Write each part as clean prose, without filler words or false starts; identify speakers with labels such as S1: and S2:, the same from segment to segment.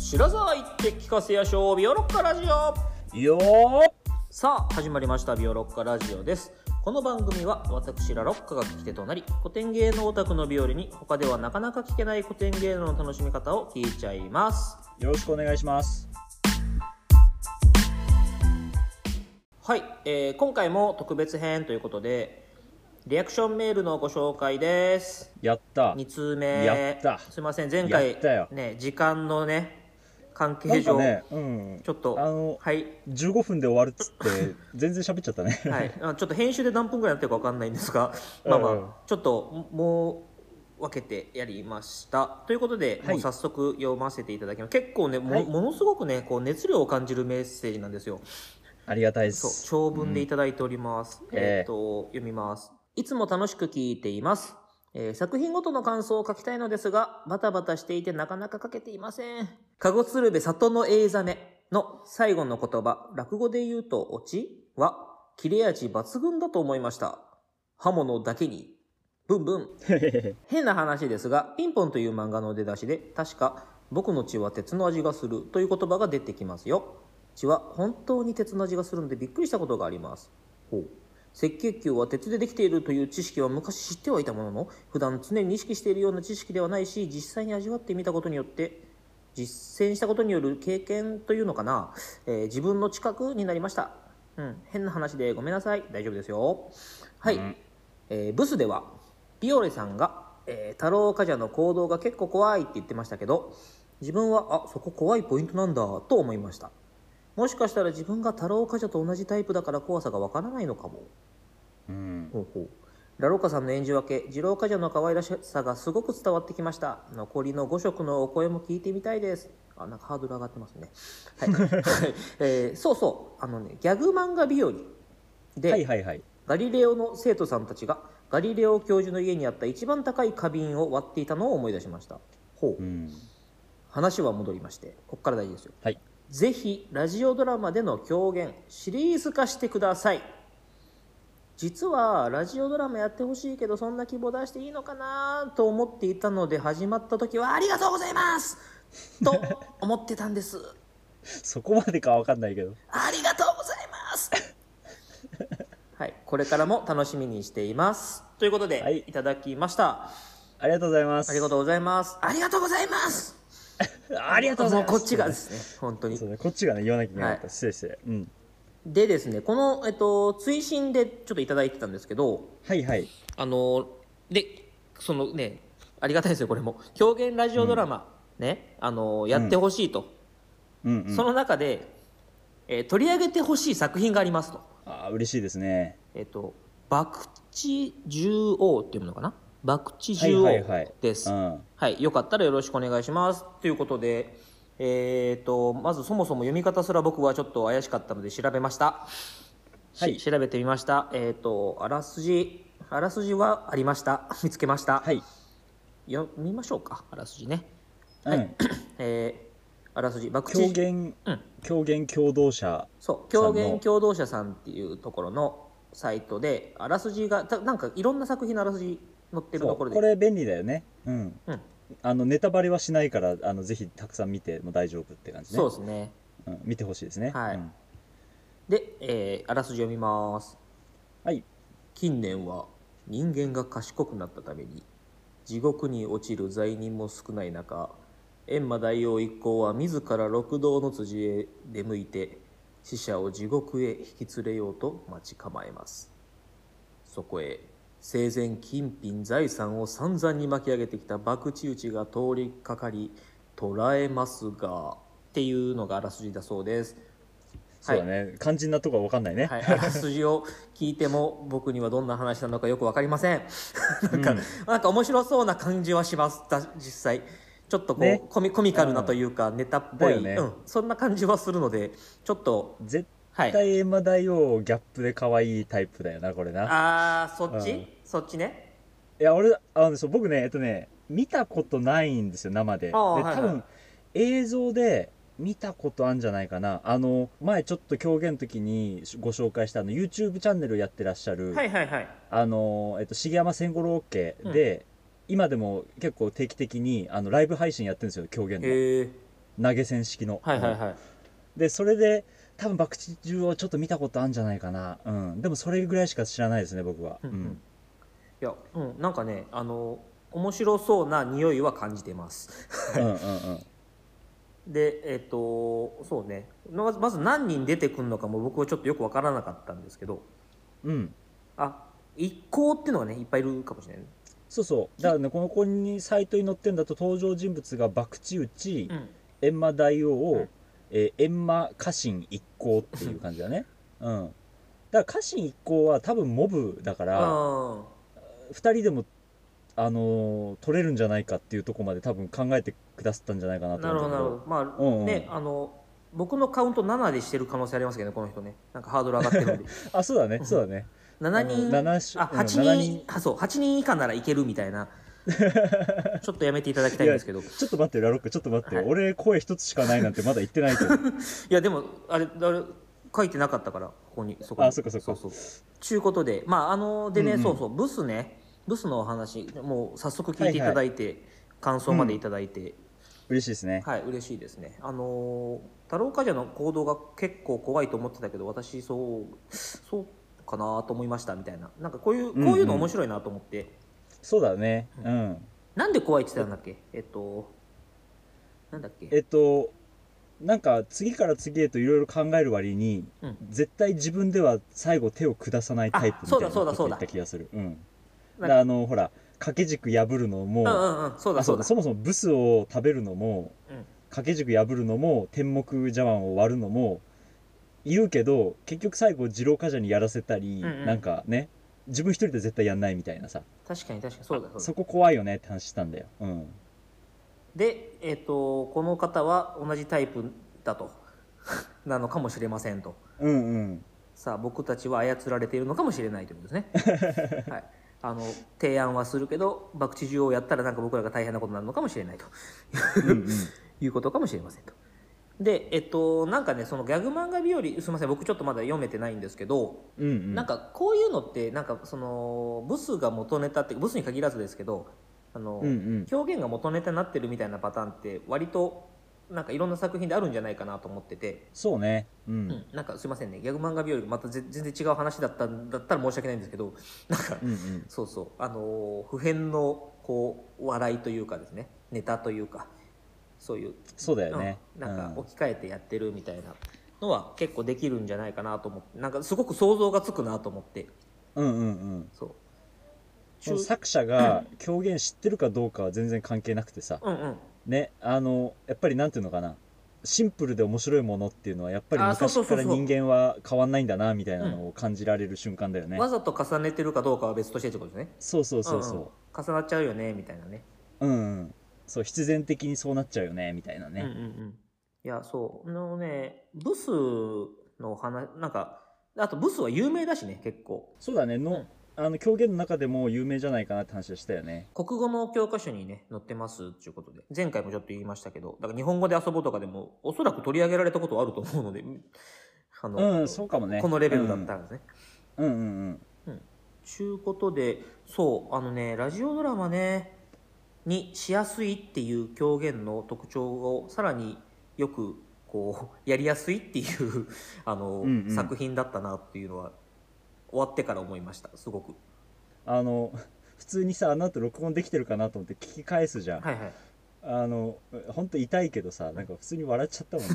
S1: 白沢行って聞かせやしょうビオロッカラジオ
S2: よー。
S1: さあ始まりましたビオロッカラジオです。この番組は私らロッカが聞き手となり、古典芸能オタクのビオレに他ではなかなか聞けない古典芸能の楽しみ方を聞いちゃいます。
S2: よろしくお願いします。
S1: はい、今回も特別編ということでリアクションメールのご紹介です。
S2: やった。
S1: 2通目。
S2: やった。
S1: すいません、前回ね時間のね関係上、
S2: ね、
S1: ちょっとはい、
S2: 15分で終わるっつって全然喋っちゃったね。
S1: はい、ちょっと編集で何分ぐらいやってるか分かんないんですが、まあちょっともう分けてやりましたということで、もう早速読ませていただきます。結構ね、ものすごくねこう熱量を感じるメッセージなんですよ。
S2: ありがたいです。
S1: そう、長文でいただいております。読みます。いつも楽しく聞いています。作品ごとの感想を書きたいのですが、バタバタしていてなかなか書けていません。かごつるべ里のエイザメの最後の言葉、落語で言うとオチは切れ味抜群だと思いました。刃物だけにブンブン。変な話ですが、ピンポンという漫画の出だしで確か僕の血は鉄の味がするという言葉が出てきますよ。血は本当に鉄の味がするのでびっくりしたことがあります。ほう。赤血球は鉄でできているという知識は昔知ってはいたものの、普段常に意識しているような知識ではないし、実際に味わってみたことによって実践したことによる経験というのかな、自分の知覚になりました。変な話でごめんなさい。大丈夫ですよ。はい、ブスではビオレさんが、太郎冠者の行動が結構怖いって言ってましたけど、自分はそこ怖いポイントなんだと思いました。もしかしたら自分が太郎冠者と同じタイプだから怖さがわからないのかも。ラロカさんの演じ分け、次郎冠者の可愛らしさがすごく伝わってきました。残りの5色のお声も聞いてみたいです。なんかハードル上がってますね。はい。そうそう、ギャグ漫画日和で、ガリレオの生徒さんたちがガリレオ教授の家にあった一番高い花瓶を割っていたのを思い出しました。話は戻りまして、ここから大事ですよ。はい。ぜひラジオドラマでの狂言シリーズ化してください。実はラジオドラマやってほしいけどそんな希望出していいのかなと思っていたので、始まった時はありがとうございますと思ってたんです。
S2: そこまでか分かんないけど
S1: ありがとうございますはい、これからも楽しみにしていますということで、いただきました。
S2: ありがとうございます。
S1: ありがとうございます。ありがとうございます
S2: ありがとうございます。
S1: こっちがですね、本当に
S2: そうね、こっちがね言わなきゃいけなかった。失礼。
S1: でですね、この、追伸でちょっといただいてたんですけど、でそのね、ありがたいですよ。これも狂言ラジオドラマ、ね、やってほしいと、その中で、取り上げてほしい作品がありますと。
S2: 嬉しいですね。
S1: 博打獣王っていうのかな、博打獣王です。はい、よかったらよろしくお願いしますということで、まずそもそも読み方すら僕はちょっと怪しかったので調べました。調べてみました。あらすじはありました。見つけました。読みましょうか、あらすじね。あらすじ、
S2: 狂言共同社、
S1: 狂言共同社さんっていうところのサイトで、あらすじがなんかいろんな作品のあらすじ載ってるところで、
S2: これ便利だよね。ネタバレはしないからぜひたくさん見ても大丈夫って感じね。
S1: そうですね。
S2: 見てほしいですね。
S1: で、あらすじ読みます。近年は人間が賢くなったために地獄に落ちる罪人も少ない中、閻魔大王一行は自ら六道の辻へ出向いて死者を地獄へ引き連れようと待ち構えます。そこへ生前金品財産を散々に巻き上げてきた博打打が通りかかり捕らえますがっていうのがあらすじだそうです。
S2: そうだね、肝心なとこは分かんないね。
S1: あらすじを聞いても僕にはどんな話なのかよく分かりませんなんか面白そうな感じはします。実際ちょっとこう、コミカルなというか、ネタっぽい、そんな感じはするので、ちょっと
S2: 絶対閻魔大王ギャップで可愛いタイプだよな、これな。
S1: そっちね。
S2: いや僕ね見たことないんですよ、生で。多分映像で見たことあるんじゃないかな。前ちょっと狂言の時にご紹介した YouTube チャンネルやってらっしゃる重山千五郎家で、今でも結構定期的にライブ配信やってるんですよ、狂言の。 投げ銭式の。
S1: はいはいはい。
S2: でそれで多分博打中をちょっと見たことあるんじゃないかな。でもそれぐらいしか知らないですね僕は。
S1: いや、なんかね面白そうな匂いは感じてますでそうね、まず何人出てくるのかも僕はちょっとよく分からなかったんですけど、一行っていうのがねいっぱいいるかもしれない。
S2: そうそうだからね、この子にサイトに載ってんだと登場人物が博打内、閻魔大王、閻魔家臣一行っていう感じだねだから家臣一行は多分モブだから2人でも取れるんじゃないかっていうところまで多分考えてくださったんじゃないかなと思うんだけど。
S1: まあね、僕のカウント7でしてる可能性ありますけどね、この人ね。なんかハードル上がってるんで
S2: あ、そうだねそうだね。
S1: 7人8人そう8人以下ならいけるみたいなちょっとやめていただきたいんですけど。
S2: ちょっと待ってラロック、ちょっと待って、俺声一つしかないなんてまだ言ってないけどい
S1: やでもあれ書いてなかったからここにそこに。
S2: そっか
S1: ちゅうことででね、そうそうブスね、ブスのお話もう早速聞いていただいて、感想までいただいて、
S2: 嬉しいですね。
S1: はい、嬉しいですね。太郎冠者の行動が結構怖いと思ってたけど、私そうかなと思いましたみたいな、なんかこういうの面白いなと思って。
S2: そうだね。
S1: なんで怖いって言ってたんだっけ。なんだっけ。
S2: なんか次から次へといろいろ考える割に、絶対自分では最後手を下さないタイプみたいなこと言った気がする。ほら掛け軸破るのも、そもそもブスを食べるのも、掛け軸破るのも天目茶碗を割るのも言うけど、結局最後二郎冠者にやらせたり、なんかね自分一人で絶対やんないみたいなさ。
S1: 確かにそうだ
S2: そこ怖いよねって話したんだよ。
S1: でこの方は同じタイプだとなのかもしれませんと。さあ僕たちは操られているのかもしれないということですねはい、提案はするけど博打中をやったらなんか僕らが大変なことになるのかもしれないということかもしれませんと。でなんかね、そのギャグ漫画日和、すみません僕ちょっとまだ読めてないんですけど、なんかこういうのってなんかそのブスが元ネタって、ブスに限らずですけど表現が元ネタになってるみたいなパターンって割となんかいろんな作品であるんじゃないかなと思ってて。
S2: そうね。
S1: なんかすいませんね、ギャグ漫画日和また全然違う話だったら申し訳ないんですけど、なんか、そうそう普遍のこう笑いというかですね、ネタというかそういう、
S2: そうだよね、
S1: なんか置き換えてやってるみたいなのは結構できるんじゃないかなと思って、なんかすごく想像がつくなと思って。
S2: そう作者が狂言知ってるかどうかは全然関係なくてさ、ね、やっぱりなんていうのかな、シンプルで面白いものっていうのはやっぱり昔から人間は変わんないんだなみたいなのを感じられる瞬間だよね。
S1: わざと重ねてるかどうかは別としてってことですね。
S2: そう
S1: 重なっちゃうよねみたいなね。
S2: そう必然的にそうなっちゃうよねみたいなね。
S1: いやそうね、ブスの話なんか、あとブスは有名だしね結構。
S2: そうだね狂言の中でも有名じゃないかなって話はしたよね。
S1: 国語の教科書にね載ってますっていうことで、前回もちょっと言いましたけど、だから日本語で遊ぼうとかでもおそらく取り上げられたことはあると思うので、
S2: そうかもね、
S1: このレベルだったらね。ちゅうことで、そうラジオドラマねにしやすいっていう狂言の特徴をさらによくこうやりやすいっていう作品だったなっていうのは終わってから思いました。すごく
S2: 普通にさ、あの後録音できてるかなと思って聞き返すじゃん。本当痛いけどさ、なんか普通に笑っちゃったも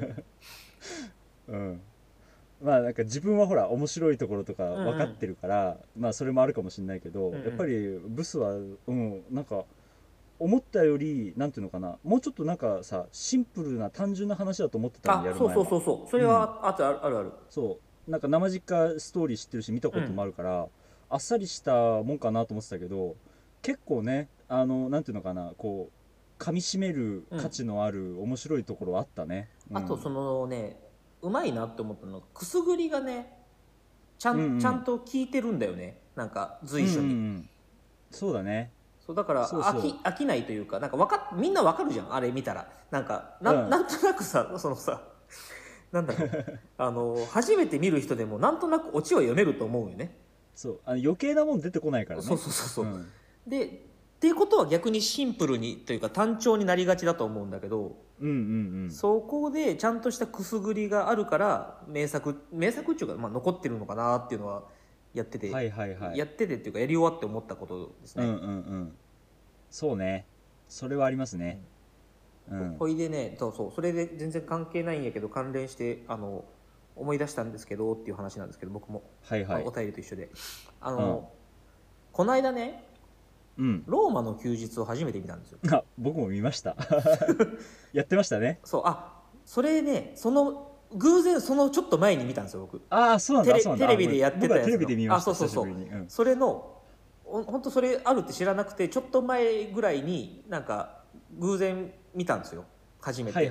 S2: んねまあなんか自分はほら面白いところとか分かってるから、まあそれもあるかもしれないけど、やっぱりブスはなんか思ったよりなんていうのかな、もうちょっとなんかさシンプルな単純な話だと思ってたんで、やる前は。
S1: そうそれはある。
S2: そうなんか生実家ストーリー知ってるし見たこともあるから、あっさりしたもんかなと思ってたけど、結構ねなんていうのかな、こう噛み締める価値のある面白いところあったね。
S1: あとそのね、うまいなって思ったのはくすぐりがねちゃんと効いてるんだよね、なんか随所に。そうだね。そうだから飽きないというか、なんかみんなわかるじゃん、あれ見たら。なんかなんとなくさ、そのさなんだろう初めて見る人でもなんとなくオチは読めると思うよね。
S2: そう余計なもん出てこないからね。
S1: そう、でっていうことは逆にシンプルにというか単調になりがちだと思うんだけど、そこでちゃんとしたくすぐりがあるから名作っていうか、残ってるのかなっていうのはやってて、やっててっていうかやり終わって思ったことですね。
S2: そうね、それはありますね。
S1: ほいでね、それで全然関係ないんやけど関連して思い出したんですけどっていう話なんですけど、僕も、お便りと一緒でこの間ね、ローマの休日を初めて見たんですよ。
S2: 僕も見ましたやってましたね。
S1: それね、偶然そのちょっと前に見たんですよ、僕。
S2: そうなんだ。
S1: テレビでやってたやつの。
S2: テレビで見ました。
S1: それの本当それあるって知らなくて、ちょっと前ぐらいになんか偶然見たんですよ、初めて。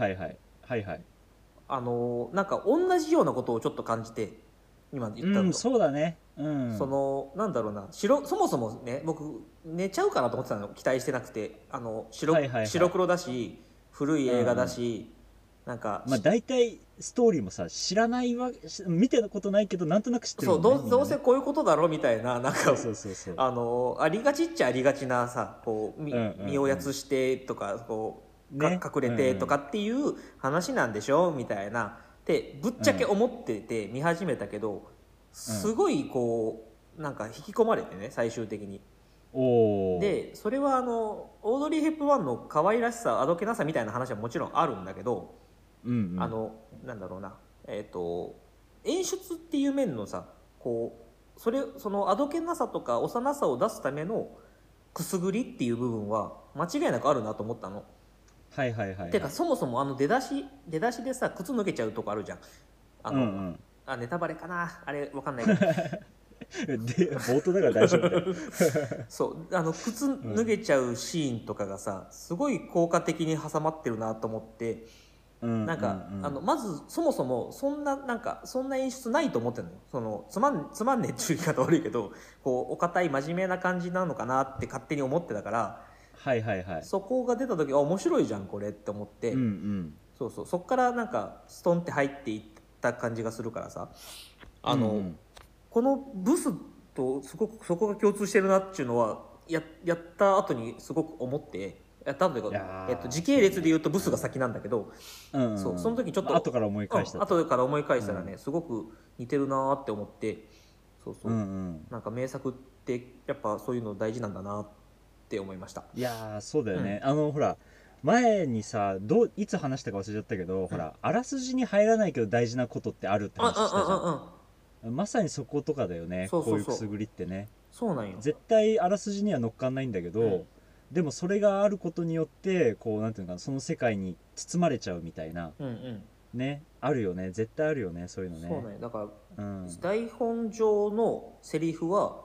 S1: なんか同じようなことをちょっと感じて、今言ったのと。
S2: そうだね。
S1: なんだろうな、そもそもね、僕寝ちゃうかなと思ってたの、期待してなくて。白黒だし古い映画だし、なんか
S2: 大体ストーリーもさ、知らない見てたことないけどなんとなく知ってるもんね。
S1: どうせこういうことだろみたいな、なんかありがちっちゃありがちなさ、こう身をやつしてとかこう隠れてとかっていう話なんでしょみたいなってぶっちゃけ思ってて見始めたけど、すごいこうなんか引き込まれてね、最終的に。でそれはオードリー・ヘップバーンの可愛らしさ、あどけなさみたいな話はもちろんあるんだけど、なんだろうな、演出っていう面のさ、こうそのあどけなさとか幼さを出すためのくすぐりっていう部分は間違いなくあるなと思ったの。てかそもそも出だしでさ、靴脱げちゃうとこあるじゃん。ネタバレかな、あれわかんないけど
S2: 冒頭だから大丈夫だよ
S1: そう靴脱げちゃうシーンとかがさ、すごい効果的に挟まってるなと思って、なんかまずそもそもそんな演出ないと思ってるのよ。つまんねえっていう言い方悪いけど、こうお堅い真面目な感じなのかなって勝手に思ってたから、そこが出た時面白いじゃんこれって思って、そっからなんかストンって入っていった感じがするからさ、このブスとすごくそこが共通してるなっていうのはやった後にすごく思って、やった後というか、時系列で言うとブスが先なんだけど、その時にちょっと
S2: 後から思い返した
S1: らね、すごく似てるなって思って、なんか名作ってやっぱそういうの大事なんだなって思いました。
S2: いやそうだよね。ほら前にさ、いつ話したか忘れちゃったけど、ほらあらすじに入らないけど大事なことってあるって話したじゃん。まさにそことかだよね。こういうくすぐりってね。
S1: そうなんよ。
S2: 絶対あらすじには乗っかんないんだけど、でもそれがあることによってこうなんていうのかな、その世界に包まれちゃうみたいな、ね、あるよね。絶対あるよね、そういうのね。
S1: そうね、だから、台本上のセリフは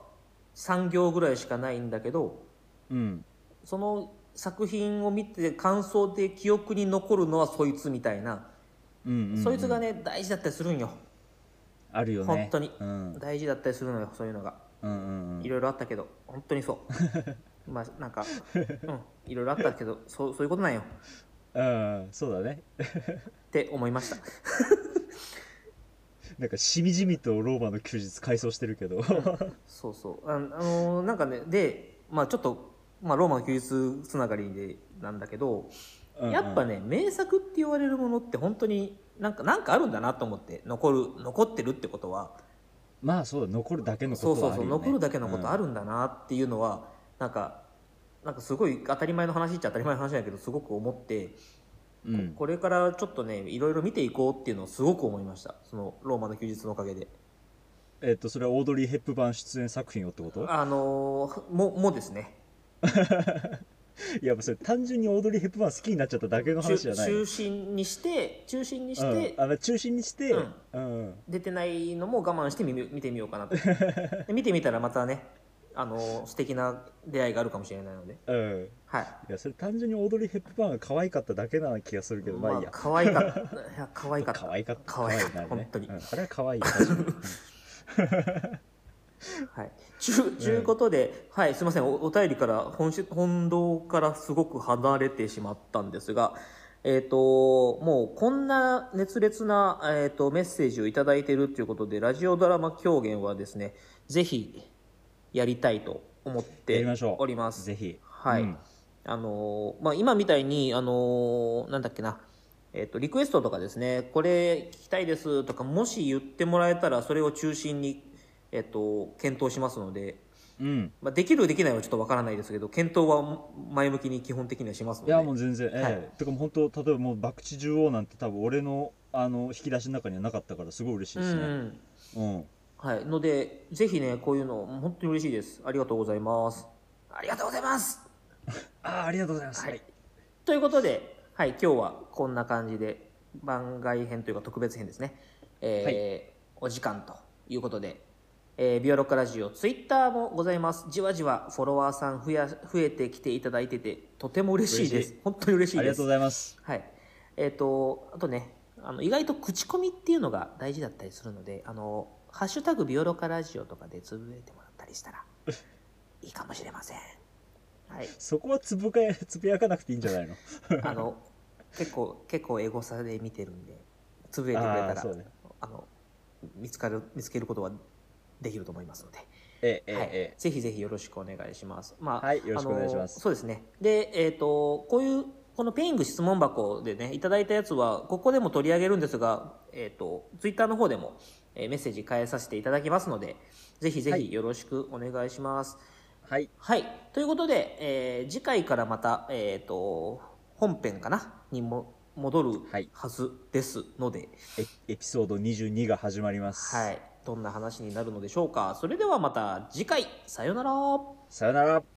S1: 3行ぐらいしかないんだけど、その作品を見て感想で記憶に残るのはそいつみたいな、そいつがね大事だったりするんよ。
S2: あるよね、
S1: 本当に、大事だったりするのよ、そういうのが。いろいろあったけど本当にそうなんかいろいろあったけどそういうことなんよ。
S2: そうだね
S1: って思いました
S2: なんかしみじみとローマの休日回想してるけど
S1: なんかね、でちょっとローマの休日つながりでなんだけど、やっぱね名作って言われるものって本当になんかあるんだなと思って、残ってるってことは、
S2: そうだ、残るだけのことはあるよね。
S1: 残るだけのことあるんだなっていうのは、なんかすごい当たり前の話っちゃ当たり前の話だけどすごく思って、これからちょっとねいろいろ見ていこうっていうのをすごく思いました。そのローマの休日のおかげで。
S2: それはオードリー・ヘップバーン出演作品をってこと？
S1: もですね
S2: いやそれ単純にオードリー・ヘップバーン好きになっちゃっただけの話じゃない？
S1: 中心にして
S2: 中心にして、
S1: 出てないのも我慢して見てみようかなと見てみたらまたね素敵な出会いがあるかもしれないので、
S2: いやそれ単純にオードリー・ヘップバーンが可愛かっただけな気がするけど、いいや。
S1: 可愛かった本当に、
S2: あれは可愛い
S1: ということで、すいません、お便りから本堂からすごく離れてしまったんですが、もうこんな熱烈な、メッセージをいただいているということで、ラジオドラマ狂言はですねぜひやりたいと思っております。
S2: ぜひ、
S1: はい。
S2: うん
S1: 今みたいに、なんだっけな、リクエストとかですね、これ聞きたいですとか、もし言ってもらえたら、それを中心に、検討しますので、
S2: うん
S1: できるできないはちょっとわからないですけど、検討は前向きに基本的にはしますので。
S2: いやもう全然
S1: はい
S2: てかもう本当例えばもう博打獣王なんて多分俺の引き出しの中にはなかったからすごい嬉しいですね。うん
S1: はい。ので、ぜひね、こういうの、本当に嬉しいです。ありがとうございます。ありがとうございます。
S2: ありがとうございます。
S1: はい。ということで、はい、今日はこんな感じで、番外編というか特別編ですね。お時間ということで、ビオロッカラジオ、ツイッターもございます。じわじわフォロワーさん増えてきていただいてて、とても嬉しいです。本当に嬉しいです。
S2: ありがとうございます。
S1: はい。あとね、意外と口コミっていうのが大事だったりするので、ハッシュタグビオロカラジオとかでつぶやいてもらったりしたらいいかもしれません。はい。
S2: そこはつぶやかなくていいんじゃないの
S1: 結構エゴサで見てるんで、つぶやいてくれたら、
S2: ね、
S1: 見つけることはできると思いますので、ぜひぜひよろしくお願いします。
S2: はい、よろしくお願いします。
S1: そうですね。で、このペイング質問箱でね、いただいたやつは、ここでも取り上げるんですが、ツイッターの方でも、メッセージ返させていただきますので、ぜひぜひよろしくお願いします。
S2: はい。
S1: はい。ということで、次回からまた、本編かなにも戻るはずですので、
S2: エピソード22が始まります。
S1: はい。どんな話になるのでしょうか。それではまた次回、さよなら。
S2: さよなら。